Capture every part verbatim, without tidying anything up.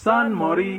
San Mori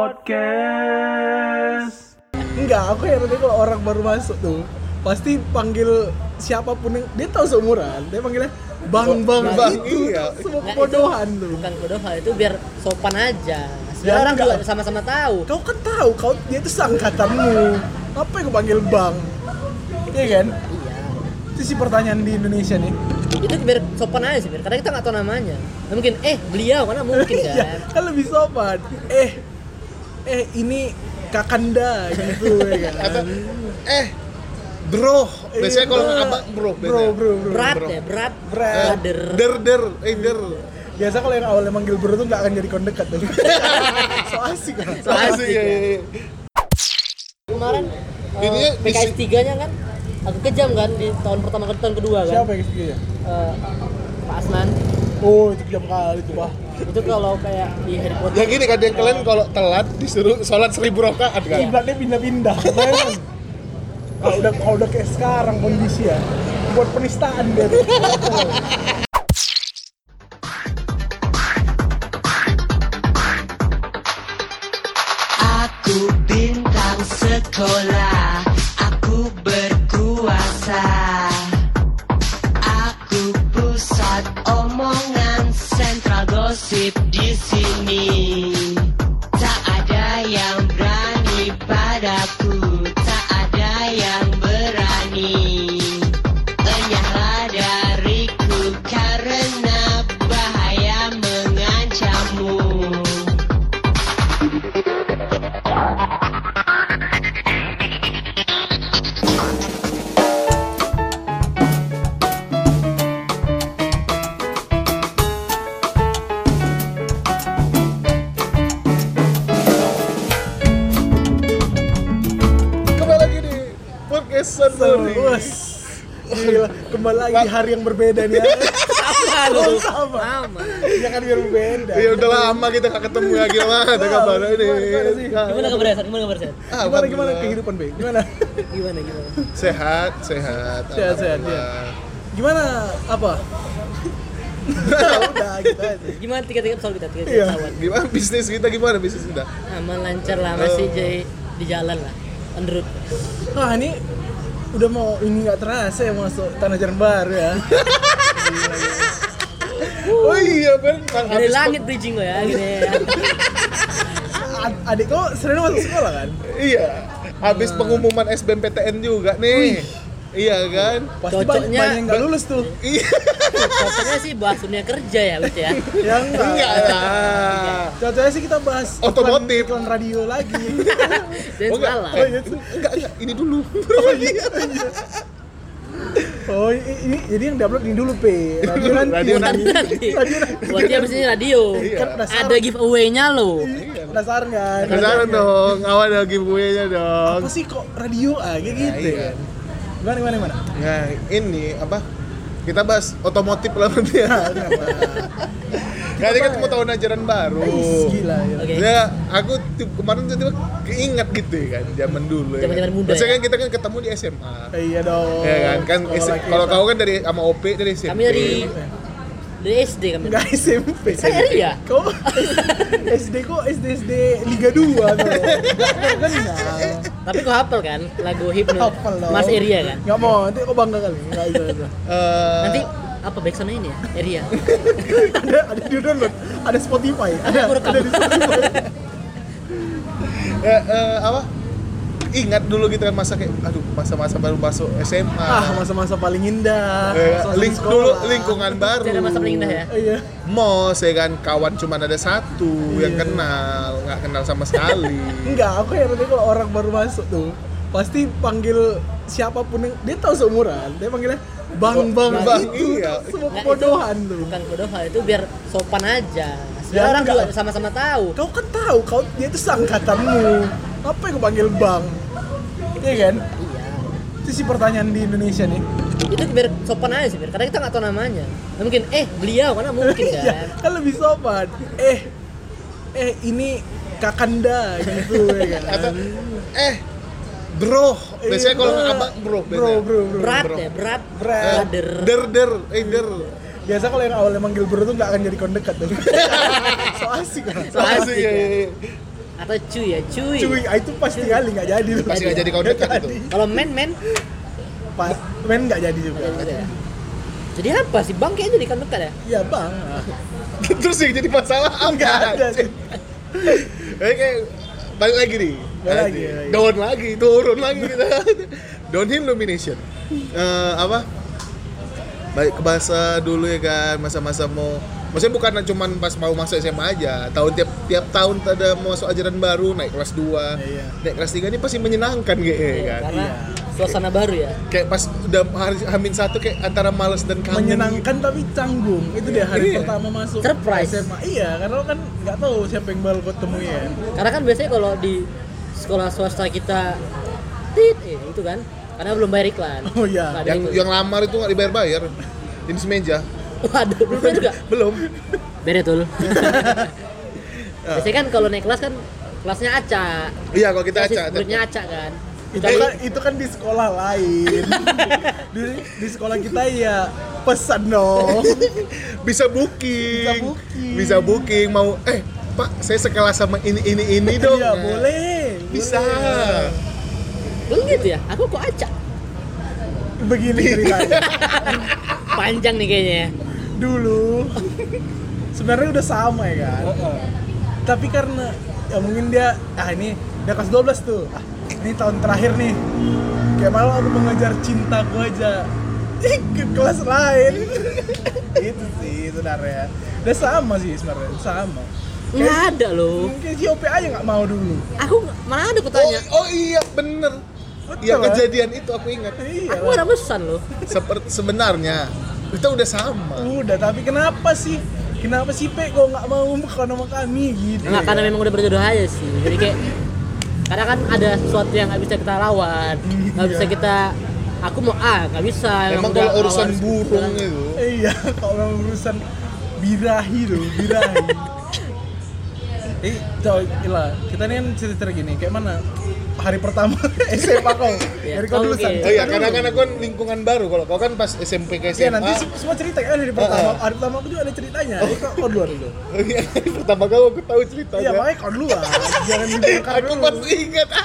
Podcast. Enggak, aku heran kalau orang baru masuk tuh pasti panggil siapapun yang dia tahu seumuran, dia panggilnya bang bang Bang, bang itu iya. Semua Nggak, kebodohan itu, tuh. bukan kebodohan, itu biar sopan aja. Sebenarnya Ya, orang enggak. juga sama-sama tahu. Kau kan tahu, kau dia itu seangkatanmu. Apa yang kau panggil bang? Iya kan? Iya. Itu sih pertanyaan di Indonesia nih. Itu biar sopan aja sih, biar karena kita nggak tahu namanya. Nah, mungkin eh beliau mana mungkin Iya, kan. kan lebih sopan. Eh, eh ini Kakanda gitu ya kan? Atau eh bro, biasanya kalau Iya, abang bro, bro, bro, bro. Berat bro. ya, berat. Berat. Brother. Der der, eh der. Biasa kalau yang awalnya manggil bro tuh nggak akan jadi kon dekat tuh. So asik kan? So asik iya, ya. iya, iya. Kemarin Ini uh, di P K S si- tiga-nya kan agak kejam kan di tahun pertama ke tahun kedua kan. Siapa yang ketiga? Eh, Pak Asman. Oh, itu jam kali tuh, Pak. Itu kalau kayak di Harry Potter. Ya gini kan dia kalian kalau telat disuruh sholat seribu rakaat kan. Kiblatnya pindah-pindah. Bayangin. Kalau udah kalau udah kayak sekarang kondisi ya, buat penistaan dia tuh. Aku bintang sekolah, aku berkuasa. Aku pusat omongan, sentral gosip di sini. Tak ada yang berani padaku, tak ada yang berani. Enyahlah dariku karena bahaya mengancammu. Kembali lagi di podcast San Mori. Bos. Gila, kembali lagi di hari yang berbeda nih ya. Sama Oh, lu. sama. Sama. Ya kan biar berbeda. Ya udah lama kita gak ketemu lagi gimana ada kabar ini. Gimana, gimana sih? Nah, Gimana kabar San? Gimana kabar San? ah, Gimana gimana alhamdulillah. kehidupan, Be? Gimana? Gimana gimana? Sehat, sehat. Sehat, sehat, alhamdulillah. Gimana apa? Udah gitu aja. Gimana tiga-tiga pesawat kita? Tiga-tiga Iya. pesawat. Gimana bisnis kita gimana bisnis kita? Aman lancar lah, masih Oh. jadi di jalan lah. Android. Wah, ini udah mau ini nggak terasa ya masuk tanah jalan baru ya. Oh iya benar. Dari langit bridging lo ya, gini ya. Ad- Adik kau sering masuk sekolah kan? Iya. Habis pengumuman S B M P T N juga nih. Iya kan? Pasti banyak, Cocoknya- banyak yang nggak lulus tuh. Iya. Cocoknya sih bahas dunia kerja ya, gitu ya. Ya enggak. Enggak lah. Cocoknya sih kita bahas Otomotif. iklan, iklan radio lagi. Dan Oh enggak. salah. Oh, iya. Enggak, enggak. Ini dulu. Oh i- ini jadi yang diupload ini dulu P. Radio nanti. Radio nanti. Radio nanti. Berarti abis ini radio. Iya. Kan penasaran. Ada giveaway-nya lo. Penasaran kan? Penasaran dong. Awal ada giveaway-nya dong. Apa sih kok radio ah kayak gitu iya. kan? Gimana gimana gimana? Nah, ini apa? Kita bahas otomotif lah nanti ya. Kali kan mau tahun ajaran baru. Wih, gila ya. Oke. Ya, aku ti- kemarin tiba-tiba keinget gitu ya kan, zaman dulu ya. Zaman-zaman kan. muda Biasanya ya? kan kita kan ketemu di S M A. Eh, iya dong. Ya kan, kan Sekolah S- kita. kalau kau kan dari sama O P dari S M P. Kami dari dari S D kami. Enggak S M P. Saya Ria. Kau S D kok S D S D Liga dua tuh. Enggak kenal. Tapi kau hafal kan lagu Hipno Hafal dong. Mas Eria kan? Enggak mau, nanti kau bangga kali. Enggak itu itu. Eh, Nanti apa backsound ini ya? Eria. ada ada di download, ada Spotify, ada Aku rekam. ada di Spotify. eh, eh, apa? Ingat dulu gitu kan masa kayak aduh masa-masa baru masuk S M A. Ah, masa-masa paling indah. Eh, masa-masa link sekolah. dulu lingkungan baru. Tidak masa paling indah ya. Iya. Mos ya kan kawan cuma ada satu yang Iya. kenal, nggak kenal sama sekali. Enggak, aku heran kalau orang baru masuk tuh pasti panggil siapapun yang dia tahu seumuran, dia panggilnya bang bang Oh, Bang, itu iya. tuh semua Nggak, kebodohan itu tuh. Bukan kebodohan, itu biar sopan aja. Ya, Sebenarnya orang enggak. juga sama-sama tahu. Kau kan tahu, kau dia itu seangkatanmu. Apa yang kau panggil bang? Iya kan? Iya. Itu sih pertanyaan di Indonesia nih. Itu biar sopan aja sih, biar karena kita nggak tahu namanya. Nah, mungkin eh beliau mana mungkin Iya, kan. kan lebih sopan. Eh, eh ini Kakanda gitu ya kan? Atau eh bro, biasanya kalau Iya. abang bro, Bro, bro, bro. Berat bro. ya, berat. Berat. Brother. Der der, eh der. Biasa kalau yang awalnya manggil bro tuh nggak akan jadi kon dekat tuh. So asik kan. So asik Iya, ya. iya, iya. Atau cuy ya, cuy. Cuy, ah, itu pasti kali nggak jadi tuh. Pasti nggak jadi kau dekat itu. Kalau men men Pas men nggak jadi juga. ada ya. Jadi apa sih bang kayaknya jadi kan dekat ya? Iya bang. Terus yang jadi masalah Nggak ada sih. Eh kayak balik lagi nih. Balik lagi, Anjing. lagi. Down lagi, turun lagi kita. Downhill domination. Eh, apa? Baik ke bahasa dulu ya kan, masa-masa mau maksudnya bukan cuma pas mau masuk S M A aja. Tahun tiap tiap tahun ada mau masuk ajaran baru, naik kelas dua, Iya. naik kelas tiga ini pasti menyenangkan kayak kan. Karena Iya. suasana baru ya. Kayak pas udah hari Hamin satu kayak antara males dan kangen. Menyenangkan tapi canggung. Itu dia hari Iya. pertama masuk Surprise. S M A. Iya, karena lo kan nggak tahu siapa yang bakal kau temui ya. Karena kan biasanya kalau di sekolah swasta kita tit eh, itu kan karena belum bayar iklan. Oh iya. Nggak ada Yang itu. yang lamar itu nggak dibayar-bayar. Jenis meja. Waduh, belum bayar juga. Belum. Beretul. Biasanya kan kalau naik kelas kan kelasnya acak. Iya, kalau kita Kelas acak. muridnya acak kan. Itu Tapi- kan itu kan di sekolah lain. di, di sekolah kita ya pesan dong. Bisa booking. Bisa booking. Bisa booking mau eh Pak, saya sekelas sama ini ini ini dong. Iya, boleh. Bisa. boleh. Lu gitu ya? Aku kok acak. Begini ceritanya. Panjang nih kayaknya ya. Dulu sebenarnya udah sama ya kan. Tapi karena ya mungkin dia ah ini dia kelas dua belas tuh. Ah, ini tahun terakhir nih. Kayak malah aku mengejar cintaku aja. Ih, ke kelas lain. Itu sih sebenarnya. Udah sama sih sebenarnya, sama. Nggak ada loh. Mungkin si O P A aja nggak mau dulu. Aku mana ada kutanya. Oh, oh iya bener. Betul, Yang kan? kejadian itu aku ingat. Iya. Aku ada pesan loh. Seperti sebenarnya kita udah sama. Udah, tapi kenapa sih? Kenapa sih Pe kok nggak mau bukan sama kami gitu? Enggak, karena memang udah berjodoh aja sih. Jadi kayak karena kan ada sesuatu yang nggak bisa kita lawan, nggak Iya. bisa kita. Aku mau A, nggak bisa. Emang udah kalau urusan lawan burung sebulan. itu. Iya, kalau urusan birahi tuh, birahi. Eh, coy, gila. Kita nih kan cerita gini, kayak mana hari pertama S M A kau? Iya, Dari kau dulu, oke. San. Oh iya, Cerita karena dulu. kan aku kan lingkungan baru. Kalau kau kan pas S M P ke S Iya, M A. nanti se- semua cerita kan hari pertama. Heeh. Hari pertama aku juga ada ceritanya. Jadi kau, kau duluan dulu. Oh iya, pertama kali aku tahu ceritanya. Iya, makanya kau duluan. Jangan dibongkar aku dulu. masih ingat. Ah.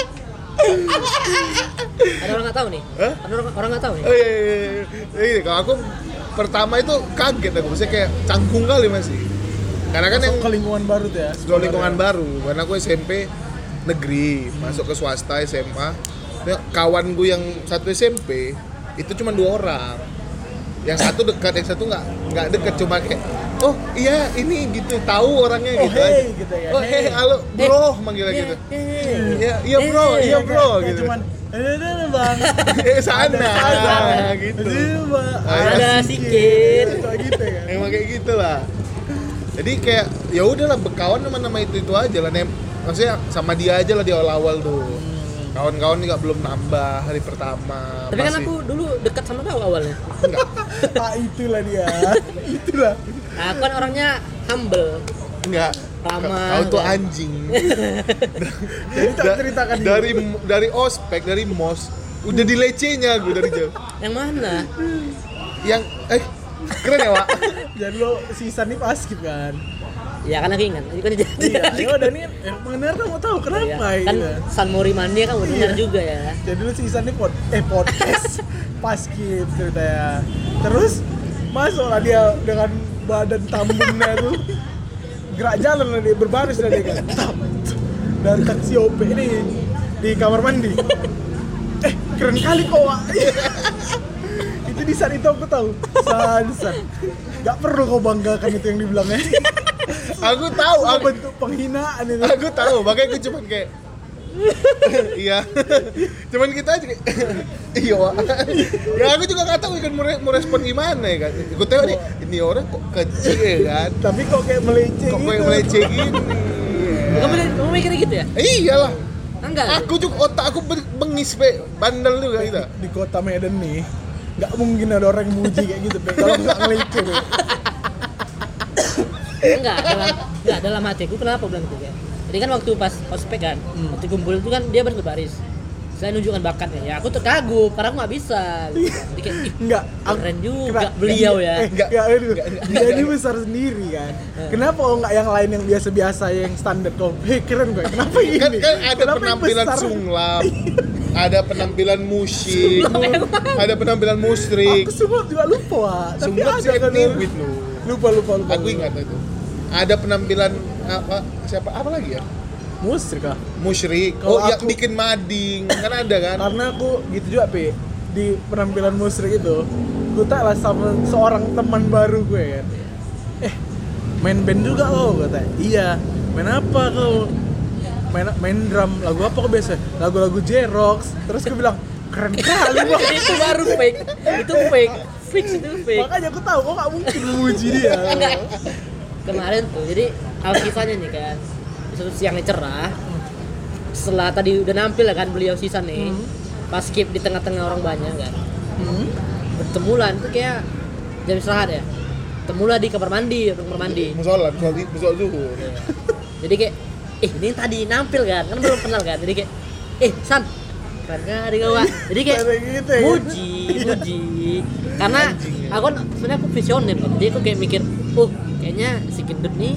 Ada orang nggak tahu nih? Hah? Ada orang orang nggak tahu nih? Oh iya, iya, iya. Ini kalau aku pertama itu kaget aku, maksudnya kayak canggung kali masih. Karena kan yang Masuk ke lingkungan baru tuh ya. sekolah lingkungan baru, karena aku S M P negeri, masuk ke swasta S M A. Nah, kawan gue yang satu S M P itu cuma dua orang. Yang satu dekat, yang satu nggak nggak dekat, cuma kayak oh iya ini gitu, tahu orangnya Oh, gitu hey, aja. gitu ya, Oh hey. hey, halo bro, manggilnya gitu. Iya, iya bro, iya bro Kayak gitu. cuman eh eh, bang. Eh sana, Ada gitu. Ada, Bang. Ada sikit. Kayak gitu kan. Emang kayak gitu lah. Jadi kayak ya udahlah berkawan sama nama itu itu aja lah. Nem, maksudnya sama dia aja lah di awal-awal tuh. Kawan-kawan juga belum nambah hari pertama. Tapi kan Masih- aku dulu dekat sama kau awalnya. enggak. Ah, itulah dia. Itulah. Nah, aku kan orangnya humble. Enggak. Ramah, Kau tuh kan? anjing. Jadi tak Da- ceritakan ini. dari dari ospek, dari mos udah dilecehnya gue dari jauh. Yang mana? Yang eh keren ya, Wak? Jadi lo sisa nih paskib kan. Ya kan aku ingat. Itu kan jadi. Iya, ya udah nih yang mendengar kamu tahu kenapa Iya. Kan gitu. San Mori Mania kan udah dengar Iya. juga ya. Jadi lu sisa nih pod eh podcast paskib ceritanya. Terus masuklah dia dengan badan tambunnya tuh. Gerak jalan lah dia, berbaris lah dia kan. Tap. Dan taksi O P ini di kamar mandi. Eh, keren kali kok, Wak. Itu di saat itu aku tahu. San, san. Gak perlu kau banggakan itu yang dibilangnya. Aku tahu, Semua aku, bentuk penghinaan itu. aku tahu, makanya gue cuman kayak iya. Cuman kita aja kayak iya, Wak. Ya aku juga gak tahu kan mau re- mau respon gimana ya kan. Aku tengok nih, ini orang kok kecil ya kan. Tapi kok kayak meleceh Kok gitu. kayak meleceh gini. Kamu kamu mikirnya gitu ya? Eh, iyalah. Enggak. Aku juga otak aku be- bengis pe, bandel juga kita. Di kota Medan nih nggak mungkin ada orang yang muji kayak gitu Pe. Kalau nggak ngeleceh Pe. Enggak, dalam enggak dalam hatiku kenapa bilang gitu ya? Jadi kan waktu pas ospek kan, waktu kumpul itu kan dia berbaris Selain nunjukkan bakatnya, ya aku tuh kagum karena aku nggak bisa. Jadi kayak, ih, Enggak, aku keren juga kena- beliau ya. Eh, enggak, enggak, aduh. Dia ini besar sendiri kan. Kenapa kok enggak yang lain yang biasa-biasa yang standar kok? Hei, keren gue. Kenapa ini? Kan, kan ada Kenapa yang penampilan besar? sunglam, ada penampilan musik, ada penampilan musrik. Aku semua juga lupa, Wak. Tapi Sunglam ada sih kan. Nibit lu. Lupa, lupa, lupa. Aku ingat itu. Ada penampilan apa? Siapa? Apa lagi ya? Musrik kah? Musyrik. Kalau Oh, yang aku- bikin mading. Kan ada kan? Karena aku gitu juga, Pi. Di penampilan musrik itu, gue tak lah sama seorang teman baru gue kan. Eh, main band juga kau, kata. Iya. Main apa kau? Main main drum. Lagu apa kau biasa? Lagu-lagu Jerox. Terus gue bilang, keren kali, Bang. Itu baru fake. Itu fake. Fix itu fake. Makanya aku tahu kok gak mungkin memuji dia. Kemarin tuh, jadi alkisahnya nih kan, di suatu siang yang cerah, setelah tadi udah nampil ya kan beliau sisa nih, pas skip di tengah-tengah orang banyak kan, Hmm. bertemulan tuh kayak jam istirahat ya, temulah di kamar mandi, kamar mandi. Musola, musola, musola zuhur. Jadi kayak, eh ini yang tadi nampil kan, kan belum kenal kan, jadi kayak, eh San, keren kali kau Wak. Jadi kayak Kayak gitu ya, muji, muji, karena aku kan sebenarnya aku visioner kan, jadi aku kayak mikir, oh kayaknya si gendut nih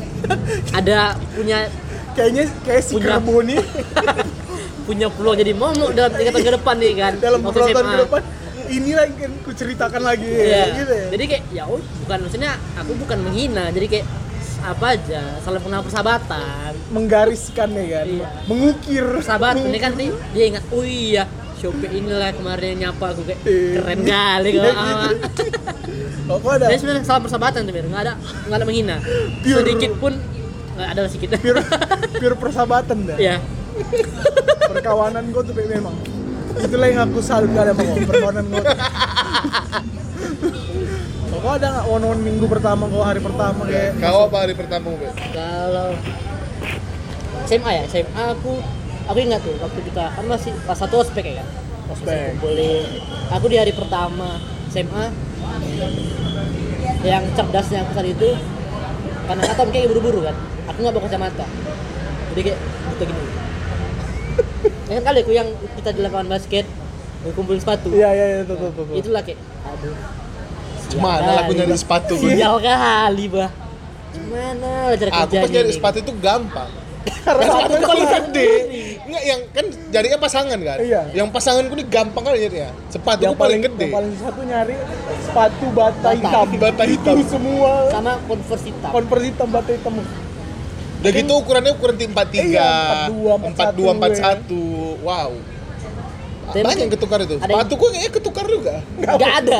ada punya Kayaknya kayak si Punya- Kerbo nih punya peluang jadi momok dalam tiga tahun ke depan nih kan, dalam waktu beberapa S M A. tahun ke depan inilah yang akan kuceritakan lagi Iya. gitu ya. Jadi kayak ya oh, bukan maksudnya aku bukan menghina, jadi kayak apa aja saling mengenal persahabatan. Menggariskan ya kan, Iya. mengukir Persahabatan ini kan nih dia ingat, oh iya Shopee inilah kemarin yang nyapa aku kayak Iya. keren kali kau. Ah. Oh, kok ada Jadi sebenarnya salah persahabatan tuh, Mir. Nggak ada nggak ada menghina. Pure- Sedikit pun nggak ada sedikit. pure pure persahabatan dah. Iya. Perkawanan gue tuh memang itulah yang aku salut kali sama kau, perkawanan gue. Oh, kau ada nggak one one minggu pertama kau hari pertama kayak Kau apa hari pertama, Be? Kalau S M A ya, S M A aku aku ingat tuh waktu kita kan masih kelas satu ospek ya kan. Ospek. Kumpulin. Aku di hari pertama S M A yang cerdasnya aku saat itu karena kata kayak buru-buru kan. Aku nggak bawa kacamata. Jadi kayak gitu gini. Ya kan kali aku yang kita di lapangan basket kumpulin sepatu. Iya iya iya tuh tuh tuh. tuh. Itulah kayak aduh. Gimana lah aku nyari sepatu gue? Sial kali, Bah. Gimana lah cara Aku kerjanya pas nyari ini? sepatu itu gampang. Karena Sepatu satu paling kali gede. Enggak, yang kan jadinya pasangan kan? Iya. Yang pasanganku ini gampang kali nyarinya. Sepatu yang paling gede. yang paling satu nyari sepatu bata Bata. hitam. Bata hitam. Itu semua Sama Converse hitam. konversi hitam bata hitam. Udah gitu ukurannya ukuran empat tiga, Iya, empat dua, empat satu. Wow. Tapi Banyak yang ketukar itu. ada yang- Sepatu gue kayaknya ketukar juga. Enggak ada.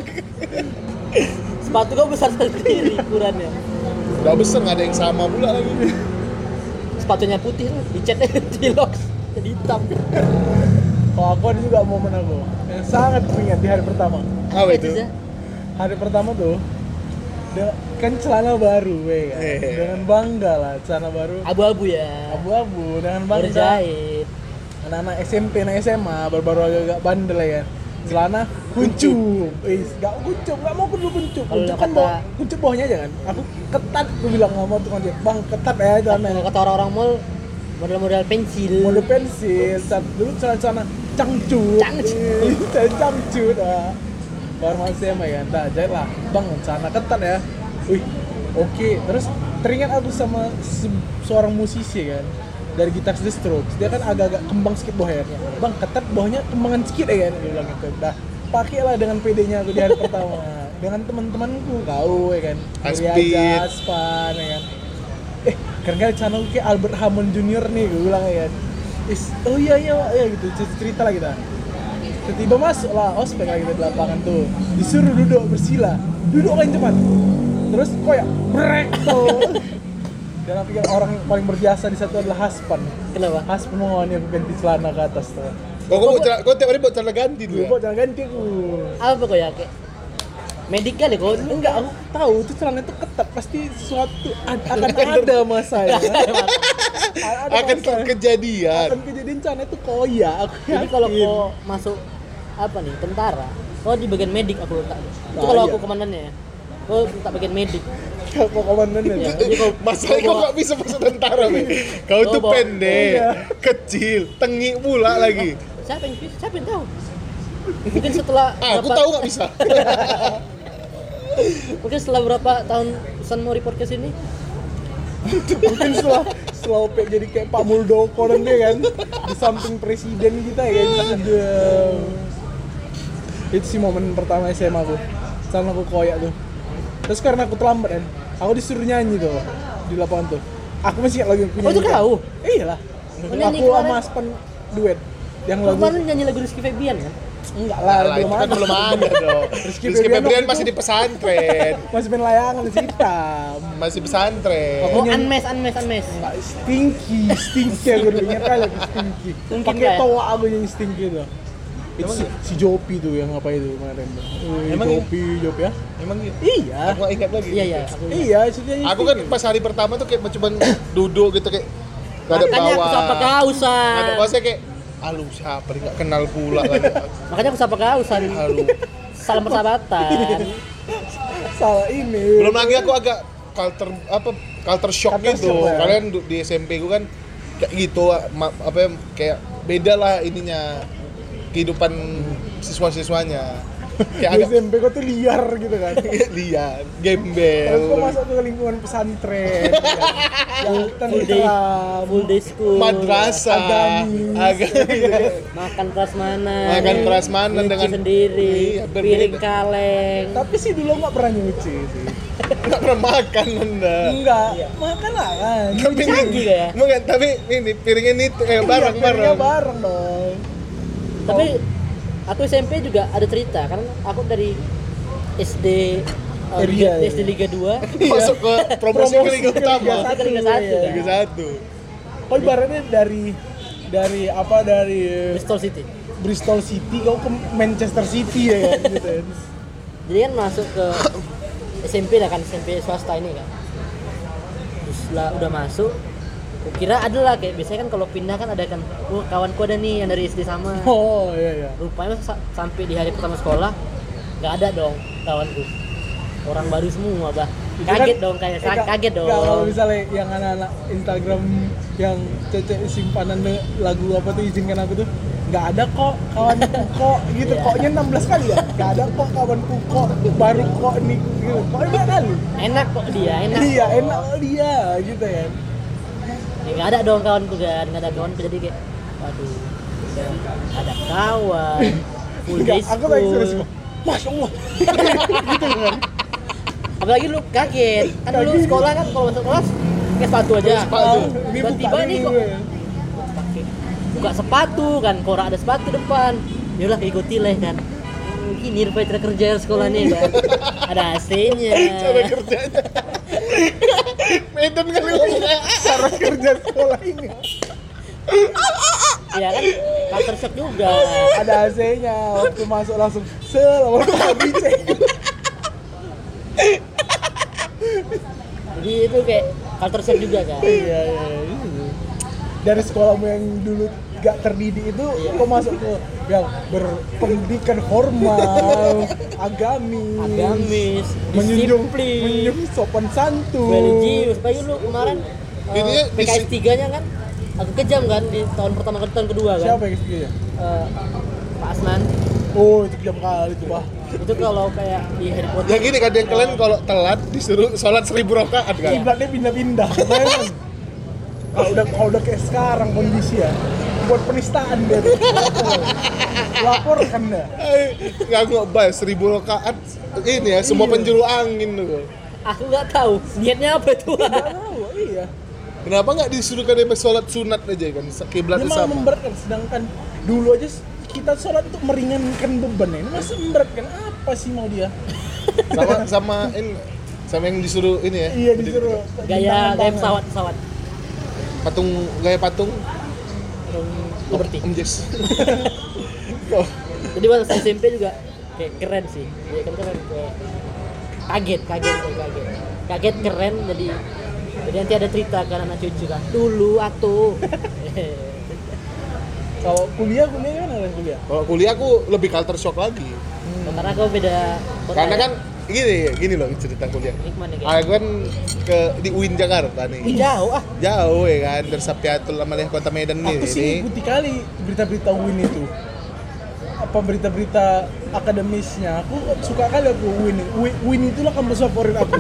Sepatu kau besar sendiri ukurannya. Udah besar nggak ada yang sama pula lagi. Sepatunya putih tuh, dicatnya Tilox jadi hitam. Oh, aku ada juga momen aku yang sangat ingat di hari pertama. Apa itu? ya. Hari pertama tuh de- kan celana baru, weh, kan? Eh. Dengan bangga lah celana baru Abu-abu ya. abu-abu dengan bangga. Berjahit. Anak-anak S M P, anak S M A baru-baru agak bandel ya kan. Celana kuncup, eh, nggak kuncup, nggak mau kuncup kuncup. Kalau Kuncup kan kata- bawah, kuncup bawahnya aja kan. Aku ketat, aku bilang nggak mau tuh kuncup, bang ketat ya Kalau celana. kata orang-orang mall model-model pensil. Mode pensil, saat dulu celana-celana cangcut, Cangcut. Eh, celana cangcut. Ah. Baru masuk S M A ya, tak jahit lah, bang celana ketat ya. Wih, oke. Terus teringat aku sama se- seorang musisi kan dari Guitars The Strokes. Dia kan agak-agak kembang sedikit bawahnya. Bang ketat bawahnya kembangan sedikit ya kan. Dia bilang gitu. Dah, pakailah dengan P D-nya aku di hari pertama. Dengan teman-temanku kau ya kan. Aspin. Dari aja, Aspan ya kan. Eh, keren kali celana aku kayak Albert Hammond Junior nih, gue bilang ya kan. Is, oh iya iya Wak, ya gitu, cerita lah kita. Tiba-tiba masuk lah, ospek lah kita di lapangan tuh. Disuruh duduk bersila, duduk kan cepat. Terus kok ya brek tuh. Dan aku pikir orang yang paling berjasa di satu adalah Haspan. Kenapa? Haspan mohon ya aku ganti celana ke atas tuh. Kok kau bawa celana- kau tiap hari bawa celana ganti dulu Gue ya? kok jangan ganti aku. Apa kok ya kayak medik kali kok? Enggak, aku tahu itu celana itu ketat, pasti sesuatu ad- akan ada masanya. Ada Akan masa. kejadian. Akan kejadian celana itu koyak. Aku Jadi kalau yakin. kau masuk apa nih tentara, kau di bagian medik aku letak. Itu Nah, kalau iya. aku komandannya ya. Kau letak bagian medik. Kok komandan ya? Ya, jadi kau Masalahnya kau nggak bisa masuk tentara, Be. Kau Kau tuh bawa- pendek, Iya. kecil, tengik pula lagi. siapa yang bisa? Siapa yang tahu? Mungkin setelah Ah, aku berapa- tahu nggak bisa. Mungkin setelah berapa tahun San mau report ke sini? Mungkin setelah setelah O P jadi kayak Pak Muldoko dan dia kan di samping presiden kita ya kan. Aduh. Itu sih momen pertama S M A aku. Sama aku koyak tuh. Terus karena aku terlambat kan, aku disuruh nyanyi tuh di lapangan tuh. Aku masih ingat lagu yang aku Oh, itu nyanyikan. kau? Iyalah. Oh, nyanyi Aku kemarin? sama Aspen duet. Yang Lu lagu kemarin nyanyi lagu Rizky Febian kan? enggak lah, Lah, itu belum kan ada. belum ada dong. Rizky Rizky Febian Febian waktu masih itu- di pesantren. Masih main layangan di hitam. Masih pesantren. Oh, nyanyi- Unmes, Unmes, Unmes. Enggak, stinky, stinky aku dulu ingat kali aku stinky. Mungkin Pakai kayak- toa aku yang stinky itu. Itu si, si Jopi tuh yang apa itu kemarin tuh. Wih, Emang Jopi, Jopi ya? Emang gitu? Iya. Aku nggak ingat lagi. Iya, iya. Aku Iya, itu dia. Aku kan pas hari pertama tuh kayak cuma duduk gitu kayak gak ada Makanya aku bawah. sapa kau, San. Ada bawah saya kayak alu siapa nih nggak kenal pula lagi. Makanya aku sapa kau, San. Alu. Salam persahabatan. Salah ini. Belum lagi aku agak culture apa culture shock Culture gitu. shock, ya. Kalian du- di S M P ku kan kayak gitu ma- apa ya, kayak beda lah ininya kehidupan siswa-siswanya. Di Kayak S agak M P kok tuh liar gitu kan. liar, Terus kok gembel, masuk ke lingkungan pesantren. Yang Full day, tentram. full day school. madrasah, Agamis. agamis. Makan prasmanan. Makan prasmanan nyuci dengan- sendiri. Iya, berbeda. Piring kaleng. Tapi sih dulu nggak pernah nyuci sih. Nggak pernah makan anda. Enggak, Iya. makan lah kan. Tapi Canggih kayak. Bukan, tapi ini piringnya ini tuh kayak Iya, bareng-bareng. piringnya bareng dong. Tapi aku S M P juga ada cerita karena aku dari S D uh, Area, Liga, ya. S D Liga dua Masuk ke promosi ke Promosi Liga ke Utama. Liga ke Liga satu, iya. kan? Liga satu. Oh ibaratnya dari dari apa dari Bristol City. Bristol City kau ke Manchester City ya kan gitu ya. Jadi kan masuk ke S M P lah kan, S M P swasta ini kan. Terus lah udah masuk, kukira ada lah kayak biasanya kan kalau pindah kan ada kan, oh kawanku ada nih yang dari S D sama. Oh iya iya. Rupanya sa- sampai di hari pertama sekolah nggak ada dong kawanku. Orang baru semua bah. Itu Kaget kan- dong kayak eh, sa- ka- kaget dong. ka- Kalau misalnya yang anak-anak Instagram yang cece simpanan de- lagu apa tuh izinkan aku tuh nggak ada kok kawanku kok gitu Iya. koknya enam belas kali ya nggak ada kok kawanku kok baru kok nih gitu kok dia kali Enak kok dia, enak. iya enak kok dia gitu ya Ya, nggak ada dong kawanku kan, nggak ada kawanku jadi kayak, waduh, udah ada kawan, full day Enggak, aku lagi serius school. kok Masya Allah Apalagi lu kaget, kan dulu Kaget. sekolah kan kalau masuk kelas pakai sepatu aja. Sepatu. ini Tiba-tiba buka nih dulu kok ya. pakai buka sepatu kan, korak ada sepatu depan. Yalah ikuti lah kan. Gini rupanya cara kerja sekolah nih kan. Ada A C-nya. Cara kerjanya. Medan kali ngomongnya. cara kerja sekolah ini Ya kan, culture shock juga. ada A C-nya waktu masuk langsung sel waktu habis cek Jadi itu kayak culture shock juga kan. iya iya iya. Dari sekolahmu yang dulu gak terdidik itu kok masuk ke yang berpendidikan formal agamis Agamis, menjunjung disiplin, menjunjung sopan santun religius. Apalagi lu kemarin Jadinya uh, P K S disi- tiga nya kan aku kejam kan di tahun pertama ke tahun kedua kan. siapa yang ketiga Eh, Pak Asman. oh itu jam kali tuh bah Itu kalau kayak di Harry Potter. Ya gini kan, kalian kalau telat disuruh sholat seribu rakaat kan? kiblatnya pindah-pindah bayangin kalau udah kalau udah kayak sekarang kondisi ya buat penistaan dia tuh. Laporkan dah Nggak ngebahas seribu rakaat ini ya, semua Iya. penjuru angin tuh. Aku nggak tahu niatnya apa itu. nggak tahu iya Kenapa nggak disuruh kan dia sholat sunat aja kan? ini Kiblatnya malah sama. memberatkan sedangkan dulu aja kita sholat untuk meringankan beban ini masih memberatkan apa sih mau dia Sama sama ini sama yang disuruh ini ya. iya disuruh Gaya gaya tangan-tangan. pesawat pesawat. Patung gaya patung Liberty. Om Jess. Jadi waktu S M P juga kayak keren sih. Ya kan keren kayak kaget kaget kayak kaget. Kaget keren jadi jadi nanti ada cerita kan anak cucu kan. Dulu atuh. kalau kuliah kuliah kan ada kuliah Kalau kuliah aku lebih culture shock lagi. Karena kau beda kota Karena ya? kan gini gini loh cerita kuliah. Ini kemana kayak? Aku kan ke di U I N Jakarta nih. Ih, jauh ah. Jauh ya kan, dari Sapiatul Amaliyah Kota Medan nih. aku sih ini. ngikuti kali berita-berita U I N itu apa berita-berita akademisnya, aku suka kali aku Win. Win, Win itulah kampus favorit aku.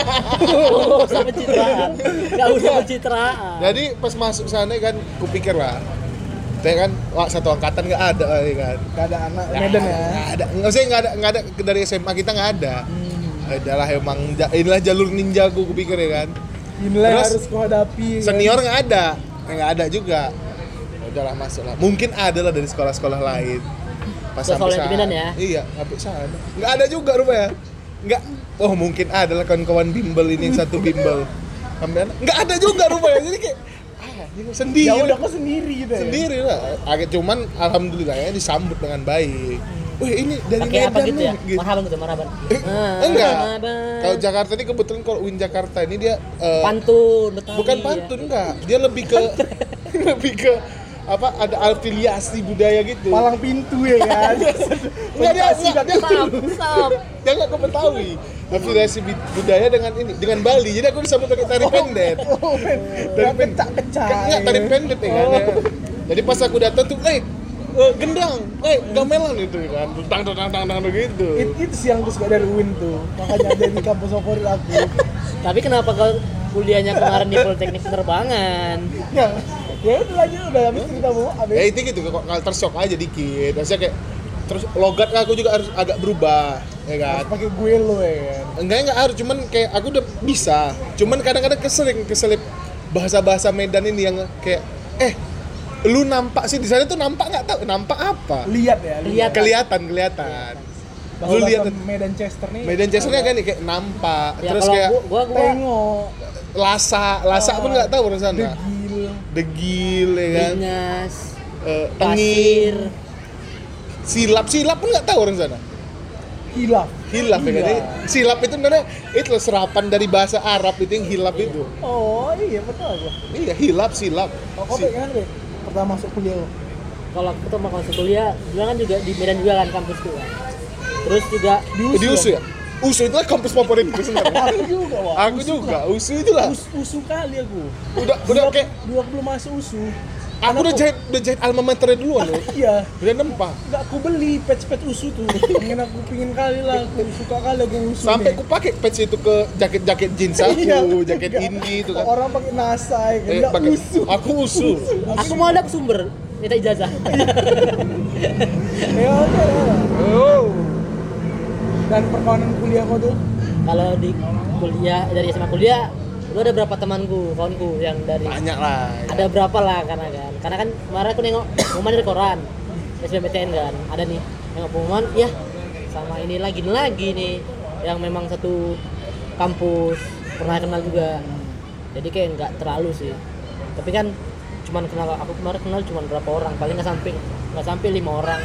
Oh, usah pencitraan. Enggak usah pencitraan. Jadi pas masuk sana kan kupikir lah, saya kan wah satu angkatan nggak ada kali kan. Gak ada anak Medan ya. Nggak ada, nggak usah nggak ada nggak ada dari S M A kita nggak ada. Hmm. Adalah emang inilah jalur ninjaku kupikir ya kan. Inilah yang Terus, harus kau hadapi. Senior nggak ada, nggak ada juga. Udahlah masuk lah. Mungkin ada lah dari sekolah-sekolah lain. Pas Sekolah sampai di Medan ya? Iya, sampai sana. Nggak ada juga rupanya. Nggak. Oh mungkin ada lah kawan-kawan bimbel ini yang satu bimbel. Sampai nggak ada juga rupanya. Jadi kayak ah, ini sendiri. Ya udah kau sendiri gitu ya. Sendiri lah. Agak cuman alhamdulillah ya disambut dengan baik. Wih ini dari Pakai Medan apa gitu nih, ya? Marhaban gitu, marhaban. Eh, Ah, enggak. marhaban. Kalau Jakarta ini kebetulan kalau Win Jakarta ini dia eh, Pantun, Betawi. bukan ya. pantun enggak. Dia lebih ke lebih ke apa ada afiliasi budaya gitu. Palang pintu ya kan. Enggak dia enggak dia Stop, stop. dia enggak ke Betawi. Afiliasi bi- budaya dengan ini dengan Bali. Jadi aku disambut pakai tari pendek. Oh, men. Tari Gak kecak-kecak. Kan enggak tari pendek ya kan. ya. Jadi pas aku datang tuh, "Eh, eh, gendang, eh gamelan itu kan." Tang tang tang tang gitu. It, itu sih yang aku suka dari Win tuh. Makanya jadi kampus favorit aku. Tapi kenapa kau kuliahnya kemarin di Politeknik Penerbangan? Ya, ya itu aja udah habis cerita bu. Habis. Ya itu gitu kok culture shock aja dikit. Maksudnya kayak terus logat aku juga harus agak berubah, ya kan? Harus pakai gue lo ya kan. Enggak enggak harus, cuman kayak aku udah bisa. Cuman kadang-kadang kesering keselip bahasa-bahasa Medan ini yang kayak eh lu nampak sih di sana tuh nampak nggak tahu nampak apa? Lihat ya, Lihat. Kelihatan kelihatan. Bahwa Lu lihat bahasa Medan Chester nih. Medan Chester-nya kan nih kayak nampak. Ya Terus kalau kayak gua, gua, gua Tengok, lasa, lasa pun nggak tahu orang sana. degil, Degil ya kan. Dinas, Eh, pasir, tengil, silap, silap pun nggak tahu orang sana. hilaf. Hilaf ya kan. Iya. Silap itu sebenarnya itu loh, serapan dari bahasa Arab itu yang hilap itu. Oh iya betul gua. Iya, hilap, silap. Oh, kau Si- pengen deh pertama masuk kuliah lo. kalau aku tuh mau masuk kuliah, dia kan juga di Medan juga kan kampusku kan. Terus juga Di Di U S U ya? U S U itu lah kampus favoritku sebenarnya. Aku juga wah. Aku juga, U S U itu lah. Us, usu kali aku. Udah udah Dua- kayak dua belum masuk usu. aku udah jahit udah jahit alma mater duluan loh. Iya. Udah nempah. Enggak aku beli patch-patch usu tuh. Pengen aku pingin kali lah, aku suka kali aku usu. Sampai nih. aku pakai patch itu ke jaket-jaket jeans aku, Iya, jaket enggak. indie itu kan. Orang pakai NASA ya kan. Eh, Enggak pakai- usu. Aku usu. aku mau ada sumber minta ijazah. Ya oke lah. Oh. Dan perkawanan kuliah kau tuh Kalau di kuliah dari S M A kuliah, gua ada berapa temanku, kawanku yang dari Banyak lah. ya. ada berapa lah karena kan karena kan kemarin aku nengok pengumuman dari koran S B M P T N kan ada nih nengok pengumuman ya sama ini lagi ini lagi nih yang memang satu kampus pernah kenal juga jadi kayak nggak terlalu sih tapi kan cuman kenal aku kemarin kenal cuman berapa orang paling nggak sampai nggak sampai lima orang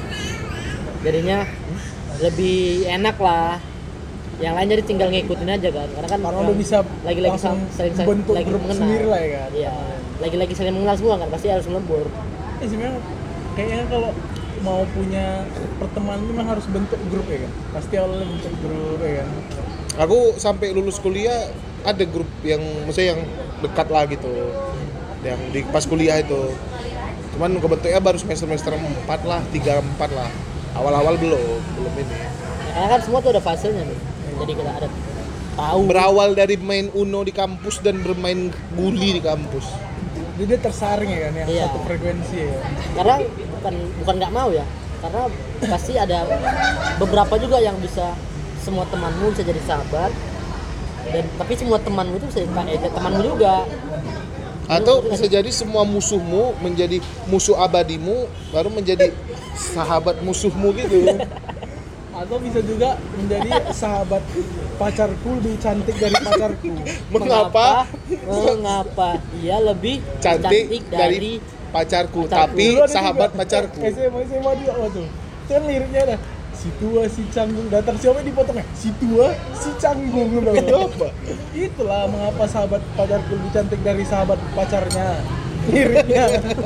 jadinya lebih enak lah yang lain jadi tinggal ngikutin aja kan karena kan karena orang udah bisa lagi-lagi langsung saling saling bentuk lagi grup mengenal sendiri lah ya kan. iya lagi-lagi saling mengenal semua kan pasti harus melebur Eh sebenarnya kayaknya kalau mau punya pertemanan memang harus bentuk grup ya kan. Pasti awalnya bentuk grup ya kan. Aku sampai lulus kuliah ada grup yang maksudnya yang dekat lah gitu. Yang di pas kuliah itu. Cuman kebentuknya baru semester-semester empat lah, tiga empat lah. Awal-awal belum, belum ini. ya, karena kan semua tuh ada fasenya nih jadi kita ada tahu Berawal dari main Uno di kampus dan bermain guli di kampus. Jadi dia tersaring ya kan yang Iya. satu frekuensi ya. karena bukan bukan nggak mau ya karena pasti ada beberapa juga yang bisa semua temanmu bisa jadi sahabat dan tapi semua temanmu itu bisa eh, temanmu juga Atau bisa jadi semua musuhmu menjadi musuh abadimu baru menjadi sahabat musuhmu gitu. Atau bisa juga menjadi sahabat pacarku lebih cantik dari pacarku. Mengapa mengapa dia lebih cantik dari pacarku, pacarku. tapi Dulu ada sahabat juga, pacarku. S M A S M A juga waktu. Itu kan liriknya ada si tua si canggung datar siapa dipotongnya si tua si canggung gitu. Itu apa? Itulah mengapa sahabat pacarku lebih cantik dari sahabat pacarnya liriknya.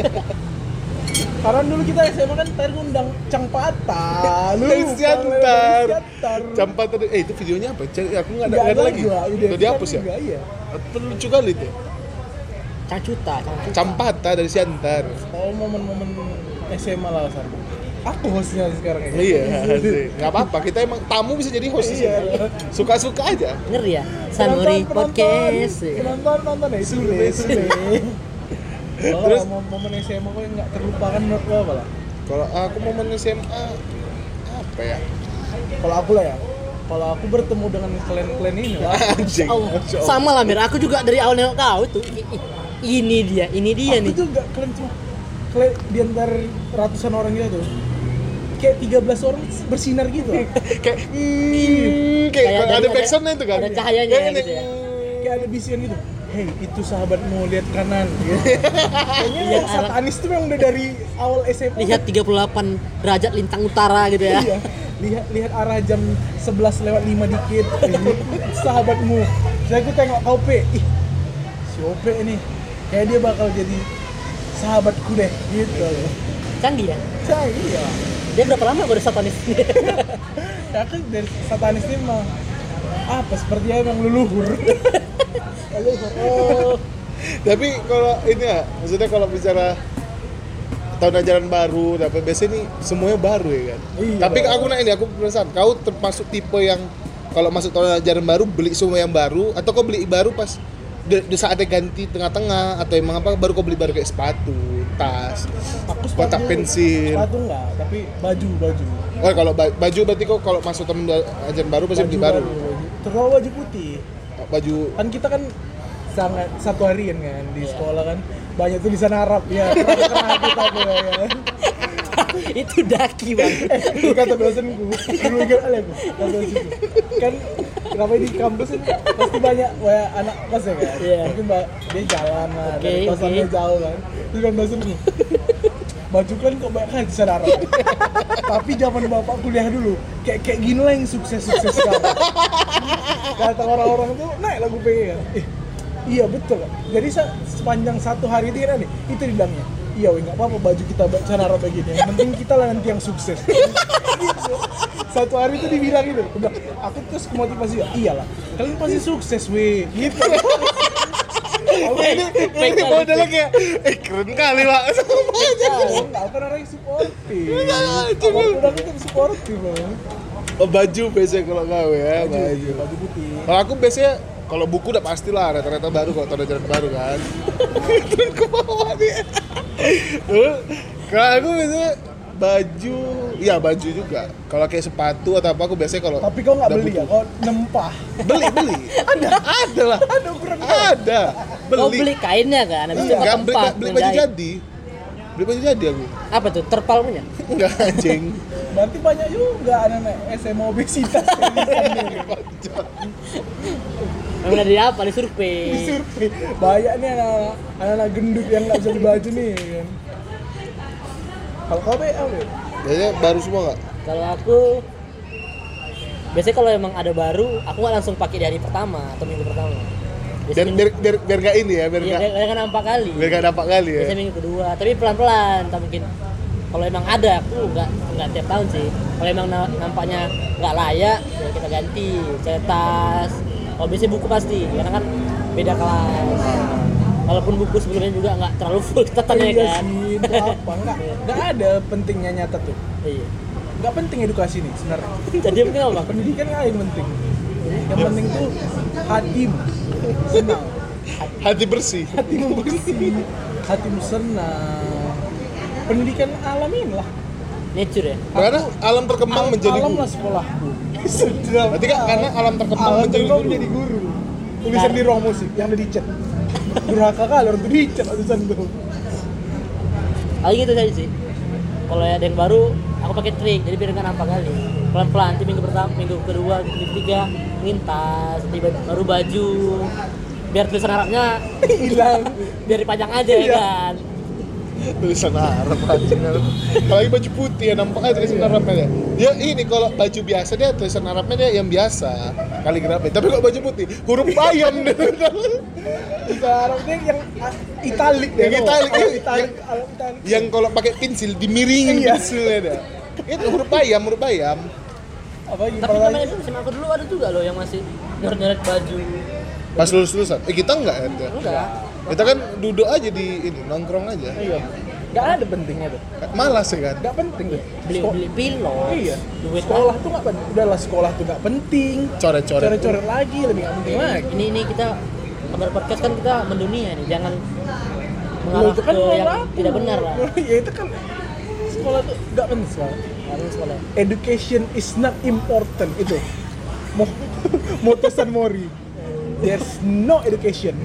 Karena dulu kita S M A kan tadi ngundang Cang Pata, lu Dari Siantar. Siantar. Campat tadi, eh itu videonya apa? Cari, aku nggak ada, Nggak nggak ada lagi. gua, udah Udah dihapus ya? juga, iya. Itu lucu kali itu. Cangcuta, cangcuta. Campata dari Siantar. Oh momen-momen S M A lah San. aku hostnya sekarang ya. Iya sih, nggak apa-apa. Kita emang tamu bisa jadi host. Iya. Suka-suka aja. Ngeri ya? Sanuri Podcast. Penonton, penonton ya, Sule, Sule. Terus? Terus momen S M A kok yang nggak terlupakan menurut lo apa lah? Kalau aku momen S M A apa ya? Kalau aku lah ya, kalau aku bertemu dengan klan-klan ini lah. Anjing. Oh, sama lah Mir, aku juga dari awal nengok kau itu. I- i- Ini dia, ini dia Aku nih. tuh nggak klan cuma klan di antara ratusan orang gitu tuh. Kayak tiga belas orang bersinar gitu. Kayak hmm, kayak Kayak kalau dari- ada ada- backsound itu kan. ada cahayanya Kayak gitu ya. Kayak ada bisikan gitu. Hei, itu sahabatmu, lihat kanan. Gitu. Kayaknya Iya, yang satanis tuh memang udah dari awal S M A. Lihat tiga puluh delapan derajat lintang utara gitu ya. Iya. Lihat lihat arah jam sebelas lewat lima dikit. Itu sahabatmu. Saya aku tengok kau P. Ih, si Ope ini kayak dia bakal jadi sahabatku deh gitu. Canggih ya. Saya iya. Dia berapa lama gue udah satanis? Ya kan dari satanis ini mah apa sepertinya emang leluhur. Leluhur. Oh, Tapi kalau ini ya, maksudnya kalau bicara tahun ajaran baru, tapi biasanya nih semuanya baru ya kan. Iya. Tapi aku nanya ini, aku penasaran, kau termasuk tipe yang kalau masuk tahun ajaran baru beli semua yang baru, atau kau beli baru pas di, di saatnya ganti tengah-tengah, atau emang apa baru kau beli baru kayak sepatu, tas, Aku kotak pensil. Sepatu enggak, tapi baju baju. Oh kalau ba- baju berarti kau kalau masuk tahun ajaran baru pasti beli baru. Terlalu baju putih. Baju Kan kita kan sangat satu harian kan di sekolah kan banyak tulisan Arab ya. Pernah kita tuh ya. ya. itu daki bang. Itu kata dosenku. Dulu ingat kali aku. Kata dosenku. Kan kenapa di kampus ini pasti banyak wah, anak kos ya kan. Iya. Mungkin ba- dia jalan lah Oke, dari kosannya oke. jauh kan. Terus kan dosenku. Baju kan kok banyak kan tulisan Arab. Tapi zaman bapak kuliah dulu kayak kayak gini lah yang sukses-sukses sekarang. Kata orang-orang tuh naik lagu P kan. Eh, iya betul kan. Jadi se- sepanjang satu hari dia nih itu dibilangnya. Iya, weh nggak apa-apa baju kita baca Arab begini. Yang penting kita lah nanti yang sukses. Gitu. Satu hari itu dibilang gitu. Udah, aku terus motivasi ya. Iyalah, kalian pasti sukses, weh. Gitu. Aku ini ini modelnya kayak eh keren kali pak sama aja. enggak, aku kan orang yang supportif. Enggak, Aku udah kan supportif, Bang. Oh, baju biasanya kalau kau ya baju. Baju putih. Kalau aku biasanya kalau buku udah pasti lah rata-rata baru kalau tahun ajaran baru kan. Terus ke bawah dia. Terus, kalau aku biasanya baju, ya baju juga. Kalau kayak sepatu atau apa aku biasanya kalau Tapi kau nggak udah beli ya? butuh. Kau nempah. Beli beli. Ada ada lah. Ada ukuran kau. Ada. Kau beli kainnya kan? Habis itu Enggak pakai beli, empat, beli baju menjahit. jadi. Beli baju jadi aku. Apa tuh? Terpal punya? Enggak anjing. Berarti banyak juga anak-anak S M A obesitas yang di sini. Memang dari apa? Di survei. Di survei. Banyak nih anak-anak, anak-anak gendut yang nggak bisa beli baju nih kan. Kalau kau be, apa? Be? Biasanya baru semua enggak? Kalau aku biasanya kalau emang ada baru, aku nggak langsung pakai di hari pertama atau minggu pertama. Biar Biasanya biar biar biar enggak ini ya, biar iya, enggak biar kan nampak kali. biar enggak nampak kali ya. Biasanya minggu kedua, tapi pelan-pelan, tak mungkin. Kalau emang ada, aku nggak nggak tiap tahun sih. Kalau emang na- nampaknya nggak layak, ya kita ganti, cetas. Kalau biasanya buku pasti, karena kan beda kelas. Walaupun buku sebelumnya juga nggak terlalu full catatannya Iya kan. sih, itu apa? Nggak, nggak ada pentingnya nyata tuh. Iya. Nggak penting edukasi nih sebenarnya. Jadi mungkin apa? Pendidikan nggak yang penting. Yang penting tuh hatimu senang, Hati bersih. hatimu bersih, hatimu senang. Pendidikan alamin lah. Nature ya. Karena alam terkembang Al- menjadi alam guru. lah sekolahku. Sudah. Berarti kan karena alam terkembang alam menjadi terkembang guru. menjadi guru. Tulisan di ruang musik yang udah dicat. Durhaka kali orang tuh dicat tulisan tuh. Paling gitu saja sih. Kalau ada yang baru, aku pakai trik, jadi biar nggak nampak kali. Pelan-pelan, nanti minggu pertama, minggu kedua, minggu ketiga, ngintas, nanti baru baju. Biar tulisan Arabnya Hilang. biar dipajang aja ya Iya. kan. Tulisan Arab anjing. Apalagi baju putih ya nampak aja tulisan Arabnya. Dia ini kalau baju biasa dia tulisan Arabnya dia yang biasa, kaligrafi. Tapi kalau baju putih huruf bayam dia. Itu Arabnya yang ah, italik deh. Yang tau? italik, Oh, yang- italik, yang- alam italik. Yang kalau pakai pensil dimiringin Iya. pensilnya dia. Itu huruf bayam, huruf bayam. Apa Tapi gimana namanya lagi? itu sama aku dulu ada juga loh yang masih nyoret-nyoret baju. Pas lulus-lulusan. Eh kita enggak ya. Tia? Enggak. Kita kan duduk aja di ini nongkrong aja. Iya. Nggak ada pentingnya tuh. Malas ya kan. Nggak penting tuh. beli Sko- beli pilot Iya. duit Sekolah tuh nggak penting. Udahlah sekolah tuh nggak penting. Coret-coret. Coret-coret lagi lebih nggak penting lagi. ini ini kita kabar podcast kan kita mendunia nih, jangan Loh, mengarah itu kan ke yang malah aku. tidak benar lah. Ya itu kan sekolah tuh nggak penting sekolah. Harus sekolah. Education is not important itu. Mo Moto San Mori. There's no education.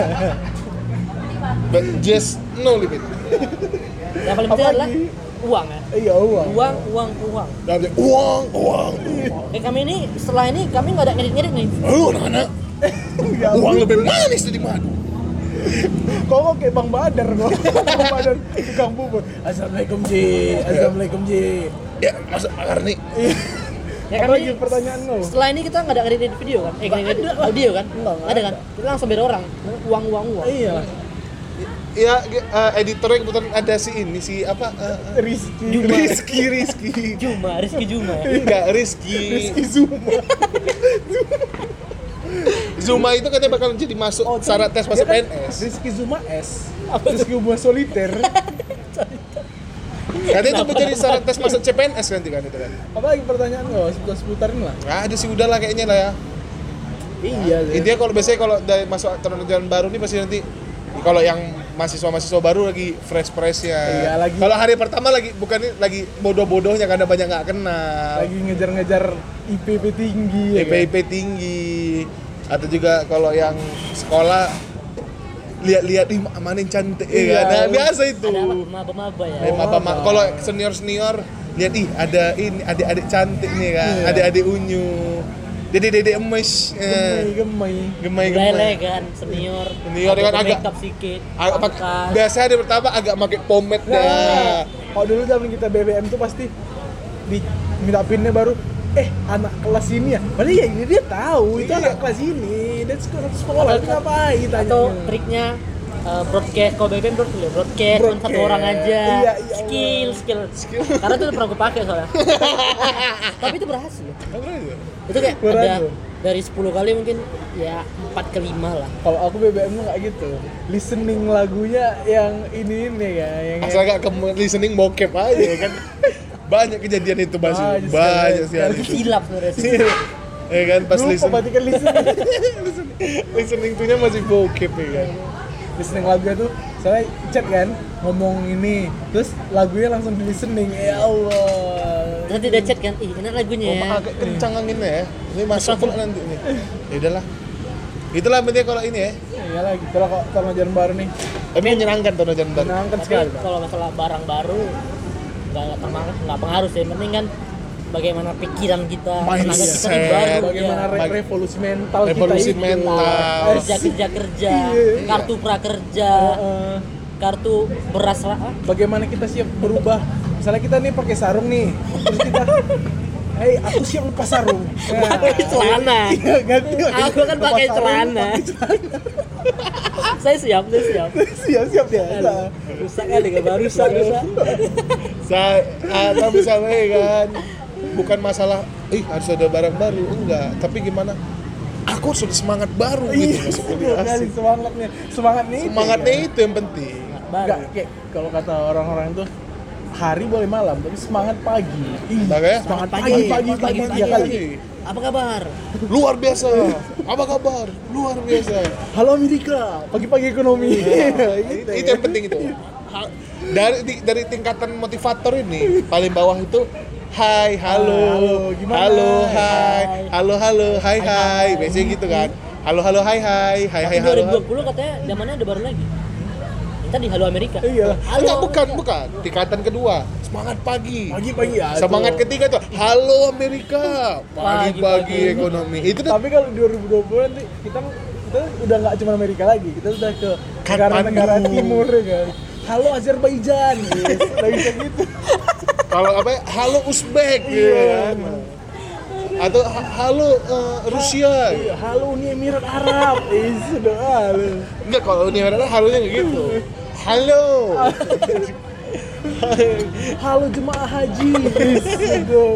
But just no limit. Yang paling penting adalah Apalagi? uang ya. Iya uang. Uang, uang, uang. Gak ada uang, uang. Eh kami ini setelah ini kami nggak ada ngedit-ngedit nih. Oh, anak-anak. Ya, Uang lebih manis dari madu. kok kok kayak Bang Badar kok. Bang Badar tukang bubur. Assalamualaikum Ji. Assalamualaikum Ji. Ya, masa akar nih. Ya Apa kami lagi pertanyaan lo? setelah ini kita nggak ada ngedit video kan? Eh nggak ngedit audio kan? Enggak, Nggak ada kan? Kita langsung beda orang. Uang, uang, uang. Iya. Ya, uh, editornya kebetulan ada si ini, si apa? Uh, Rizky. Juma. Rizky, Rizky. Juma, Rizky Juma ya. Enggak, Rizky. Rizky Zuma. Zuma itu katanya bakal jadi masuk Oh, syarat tes masuk dia P kan N S. Rizky Zuma S. Rizky Zuma Soliter. Katanya itu menjadi syarat tes masuk C P N S nanti kan itu kan. Apa lagi pertanyaan lo? Seputar seputarin lah. Nah, ada sih udah lah kayaknya lah ya. Iya. sih. Intinya kalau biasanya kalau dari masuk tahun ajaran baru nih pasti nanti kalau yang mahasiswa-mahasiswa baru lagi fresh-freshnya. Iya, lagi- Kalau hari pertama lagi bukan nih, lagi bodoh-bodohnya karena banyak nggak kenal. Lagi ngejar-ngejar I P P tinggi. ya I P I P tinggi. Atau juga kalau yang sekolah lihat-lihat ih mana yang cantik ya Iya. kan. Nah, biasa itu. Ada apa? Maba-maba ya. Eh, Oh, maba- ma- maba. kalau senior-senior lihat ih ada ini adik-adik cantik nih kan, Iya. adik-adik unyu. Dede-dede emes. Gemai, Eh. gemai. Gemai Udah gemai. elegan, senior. Senior kan agak- make up sedikit. Agak mak- pangkas. biasanya hari pertama agak pakai pomade Nah, dah. kalau dulu zaman kita B B M tuh pasti di minta pinnya baru eh anak kelas ini ya. Padahal ya ini dia tahu itu Iya. anak kelas ini. Dan sekolah sekolah itu ngapain tanya. Atau triknya uh, broadcast, kalau B B M broadcast, ya, broadcast, cuma satu Broadcast. orang aja. Iya, iya. skill, skill, Karena itu pernah gue pakai soalnya. Tapi itu berhasil. Itu kayak ada Berhasil. dari sepuluh kali mungkin ya empat ke lima lah. Kalau aku B B M tuh nggak gitu. Listening lagunya yang ini ini ya, yang Asal gak ke listening bokep aja kan. Banyak kejadian itu masih. Banyak sekali. Banyak sekali. Itu itu. silap sebenarnya sih. Ya kan pas lupa listen, berarti kan listening. listening tuhnya masih bokep ya kan. listening lagunya tuh saya chat kan ngomong ini terus lagunya langsung di listening ya Allah. Nanti udah chat kan, ih enak lagunya Oh, ya. agak kencang anginnya ya. Ini masuk pula nanti nih. Ya udahlah. Itulah penting kalau ini ya. Iya lagi kalau kalau tahun ajaran baru nih Tapi menyenangkan tahun ajaran baru. menyenangkan Tapi sekali. kalau masalah barang baru nggak nggak nggak pengaruh sih. Yang penting kan bagaimana pikiran kita, tenaga kita Mindset. tuh baru. Bagaimana ya. re- Bag- revolusi mental revolusi kita itu. mental. kerja kerja kerja, Iya. kartu prakerja, Heeh. kartu beras lah. ah. Bagaimana kita siap berubah? Misalnya kita nih pakai sarung nih, terus kita, hei aku siap lepas sarung. Nah, Pakai celana. iya, ganti. Aku kan Lepas pakai sarung, celana. pakai celana. Saya siap, saya siap. siap siap dia. Nah, Rusak kali nggak baru rusak rusak. Saya ah, tapi misalnya kan bukan masalah ih harus ada barang baru enggak, tapi gimana? Aku harus ada semangat baru Iya, gitu masuk betul kuliah. kali semangatnya, semangatnya itu. Semangatnya kan? itu yang penting. Baru. Enggak, kayak kalau kata orang-orang itu hari boleh malam, tapi semangat pagi. Ih, Makanya semangat Pagi, pagi, pagi, pagi, pagi, pagi, ya kali. pagi. Apa kabar? Luar biasa. Apa kabar? Luar biasa. Halo Amerika, pagi-pagi ekonomi. itu, itu yang penting itu. Ha- Dari di- dari tingkatan motivator ini paling bawah itu hai, halo, Halo, gimana? halo, hai, Hai. halo, halo, hai, hai, biasanya gitu kan. Halo, halo, hai, hai, hai, hai, Tapi halo. dua ribu dua puluh katanya zamannya ada baru lagi. Kita di Halo Amerika. Iya. Halo. Enggak, bukan, bukan. Tingkatan kedua, semangat pagi. Pagi-pagi ya. Semangat tuh. ketiga tuh, halo Amerika, pagi-pagi Pagi-pagi. ekonomi. Itu tuh Tapi kalau dua ribu dua puluh nanti kita kita udah nggak cuma Amerika lagi, kita sudah ke negara-negara Kathmandu. timur ya kan. Halo Azerbaijan, yes. Udah bisa gitu. kalau apa? ya, Halo Uzbek, gitu Iya. kan. Atau ha- halo eh, Rusia. Iya, halo Uni Emirat Arab, eh sudah halo. Enggak, kalau ini ada halonya nggak gitu. Halo. Halo jemaah haji, yes, sudah.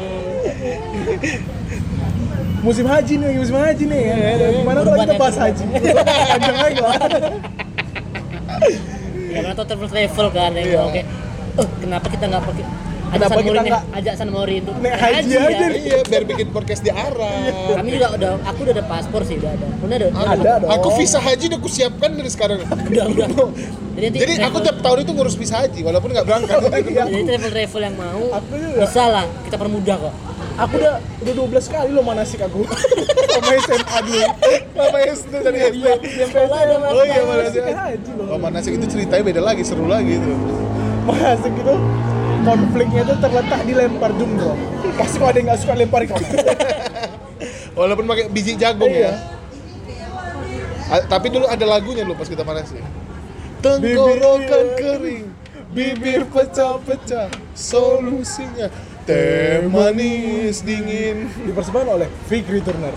Musim haji nih, lagi musim haji nih ya. Gimana kalau kita bahas haji? Panjang lagi lah. Karena atau travel travel kan yang Iya. oke. Oh, kenapa kita nggak pakai Kenapa ajak San kita Mori nih, nggak ajak San Mori untuk naik haji aja? Iya, biar bikin podcast di Arab. Kami juga udah, aku udah ada paspor sih, udah ada. Udah ada. Ada dong. Aku visa haji udah kusiapkan dari sekarang. Udah, udah. Jadi, nanti Jadi aku travel- tiap tahun itu ngurus visa haji walaupun nggak berangkat. Iya. Jadi travel travel yang mau Aku juga. bisa lah kita permudah kok. Aku udah udah dua belas kali loh manasik aku. Sama S M A dulu. Sama S D dari S D. Sekolah ada Oh iya, manasik manasik. haji loh. Oh, manasik itu ceritanya beda lagi, seru lagi itu. Manasik itu konfliknya itu terletak di lempar jumroh. Pasti kalau ada yang nggak suka lempar ikan. Walaupun pakai biji jagung Iya. ya. A- tapi dulu ada lagunya loh pas kita manasik. Tenggorokan kering, bibir pecah-pecah, solusinya teh manis dingin. Dipersembahkan oleh Fikri Turner.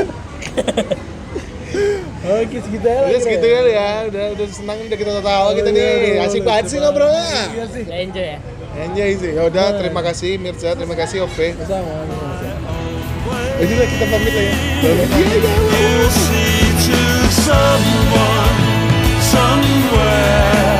Oke, segitu ya. Udah segitu ya, ya. Udah udah senang udah kita tahu kita nih. Asik banget sih ngobrolnya. Iya sih. Udah enjoy ya. Enjoy sih. Ya udah, terima kasih Mirza, terima kasih Ove. Sama. Jadi lah kita pamit lah ya. We'll see to someone somewhere.